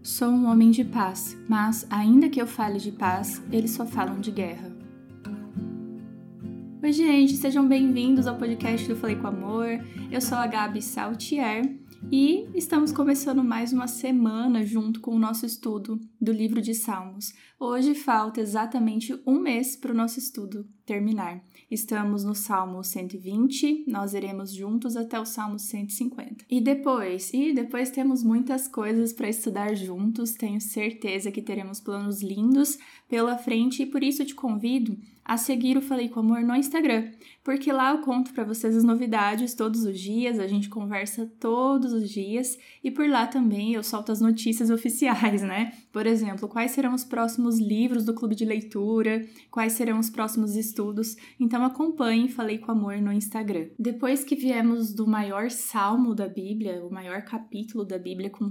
Sou um homem de paz, mas, ainda que eu fale de paz, eles só falam de guerra. Oi, gente, sejam bem-vindos ao podcast do Falei com Amor. Eu sou a Gabi Saltier e estamos começando mais uma semana junto com o nosso estudo do livro de Salmos. Hoje falta exatamente um mês para o nosso estudo terminar. Estamos no Salmo 120, nós iremos juntos até o Salmo 150. E depois temos muitas coisas para estudar juntos, tenho certeza que teremos planos lindos pela frente e por isso eu te convido a seguir o Falei com Amor no Instagram, porque lá eu conto para vocês as novidades todos os dias, a gente conversa todos os dias e por lá também eu solto as notícias oficiais, né? Por exemplo, quais serão os próximos livros do clube de leitura, quais serão os próximos estudos, então acompanhe Falei com Amor no Instagram. Depois que viemos do maior salmo da Bíblia, o maior capítulo da Bíblia com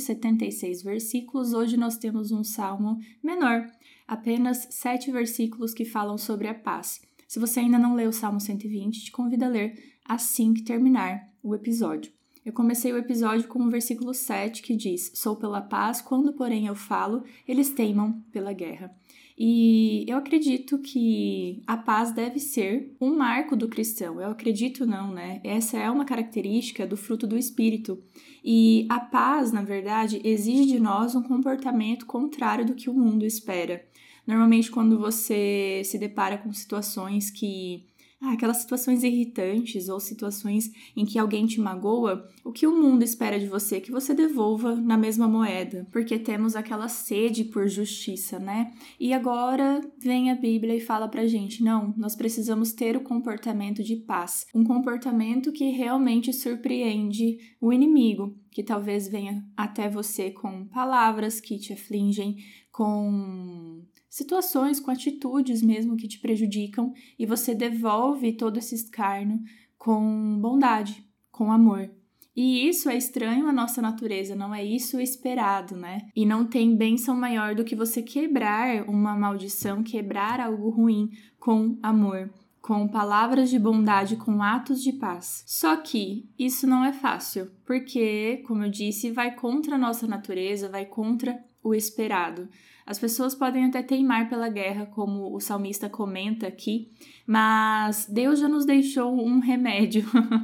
176 versículos, hoje nós temos um salmo menor, apenas 7 versículos que falam sobre a paz. Se você ainda não leu o Salmo 120, te convido a ler assim que terminar o episódio. Eu comecei o episódio com o versículo 7 que diz: "Sou pela paz, quando porém eu falo, eles teimam pela guerra." E eu acredito que a paz deve ser um marco do cristão. Eu acredito não, né? Essa é uma característica do fruto do Espírito. E a paz, na verdade, exige de nós um comportamento contrário do que o mundo espera. Normalmente, quando você se depara com situações aquelas situações irritantes ou situações em que alguém te magoa, o que o mundo espera de você é que você devolva na mesma moeda, porque temos aquela sede por justiça, né? E agora vem a Bíblia e fala pra gente, não, nós precisamos ter o comportamento de paz, um comportamento que realmente surpreende o inimigo, que talvez venha até você com palavras que te afligem, com situações, com atitudes mesmo que te prejudicam e você devolve todo esse escárnio com bondade, com amor. E isso é estranho à nossa natureza, não é isso esperado, né? E não tem bênção maior do que você quebrar uma maldição, quebrar algo ruim com amor, com palavras de bondade, com atos de paz. Só que isso não é fácil, porque, como eu disse, vai contra a nossa natureza, vai contra o esperado. As pessoas podem até teimar pela guerra, como o salmista comenta aqui, mas Deus já nos deixou um remédio,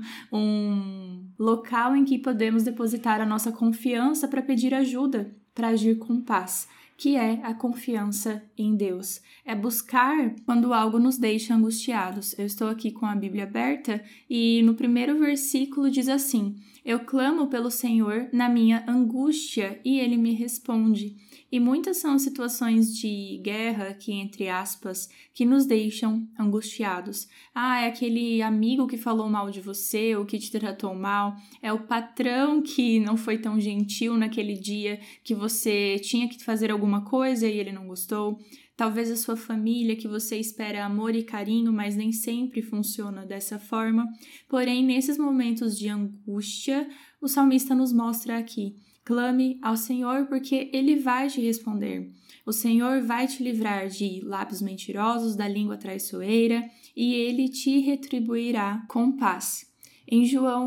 um local em que podemos depositar a nossa confiança para pedir ajuda, para agir com paz, que é a confiança em Deus. É buscar quando algo nos deixa angustiados. Eu estou aqui com a Bíblia aberta e no primeiro versículo diz assim: "Eu clamo pelo Senhor na minha angústia e Ele me responde." E muitas são as situações de guerra, aqui entre aspas, que nos deixam angustiados. É aquele amigo que falou mal de você ou que te tratou mal, é o patrão que não foi tão gentil naquele dia que você tinha que fazer alguma coisa e ele não gostou. Talvez a sua família, que você espera amor e carinho, mas nem sempre funciona dessa forma. Porém, nesses momentos de angústia, o salmista nos mostra aqui: clame ao Senhor porque Ele vai te responder. O Senhor vai te livrar de lábios mentirosos, da língua traiçoeira, e Ele te retribuirá com paz. Em João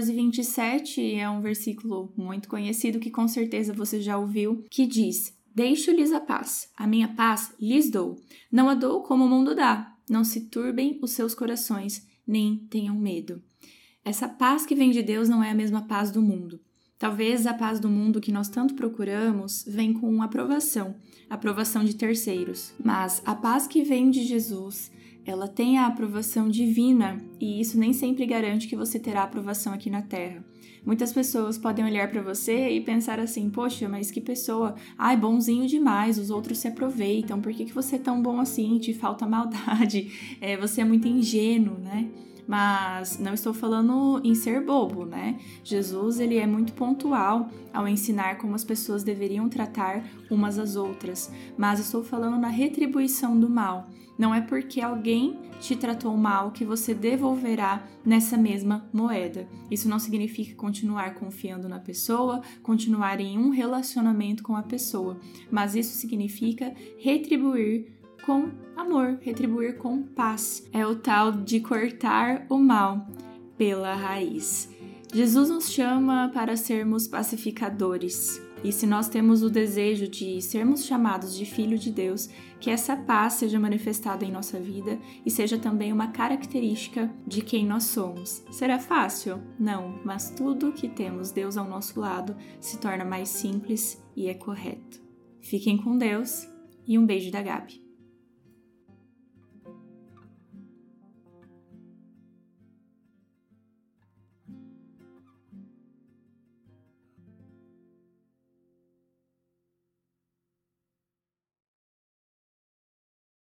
14:27, é um versículo muito conhecido que com certeza você já ouviu, que diz: "Deixo-lhes a paz, a minha paz lhes dou. Não a dou como o mundo dá. Não se turbem os seus corações, nem tenham medo." Essa paz que vem de Deus não é a mesma paz do mundo. Talvez a paz do mundo que nós tanto procuramos vem com aprovação de terceiros. Mas a paz que vem de Jesus, ela tem a aprovação divina e isso nem sempre garante que você terá aprovação aqui na Terra. Muitas pessoas podem olhar para você e pensar assim: poxa, mas que pessoa, bonzinho demais, os outros se aproveitam, por que você é tão bom assim, te falta maldade, você é muito ingênuo, né? Mas não estou falando em ser bobo, né? Jesus, ele é muito pontual ao ensinar como as pessoas deveriam tratar umas às outras, mas estou falando na retribuição do mal. Não é porque alguém te tratou mal que você devolverá nessa mesma moeda. Isso não significa continuar confiando na pessoa, continuar em um relacionamento com a pessoa, mas isso significa retribuir com amor, retribuir com paz. É o tal de cortar o mal pela raiz. Jesus nos chama para sermos pacificadores. E se nós temos o desejo de sermos chamados de filho de Deus, que essa paz seja manifestada em nossa vida e seja também uma característica de quem nós somos. Será fácil? Não, mas tudo que temos Deus ao nosso lado se torna mais simples e é correto. Fiquem com Deus e um beijo da Gabi.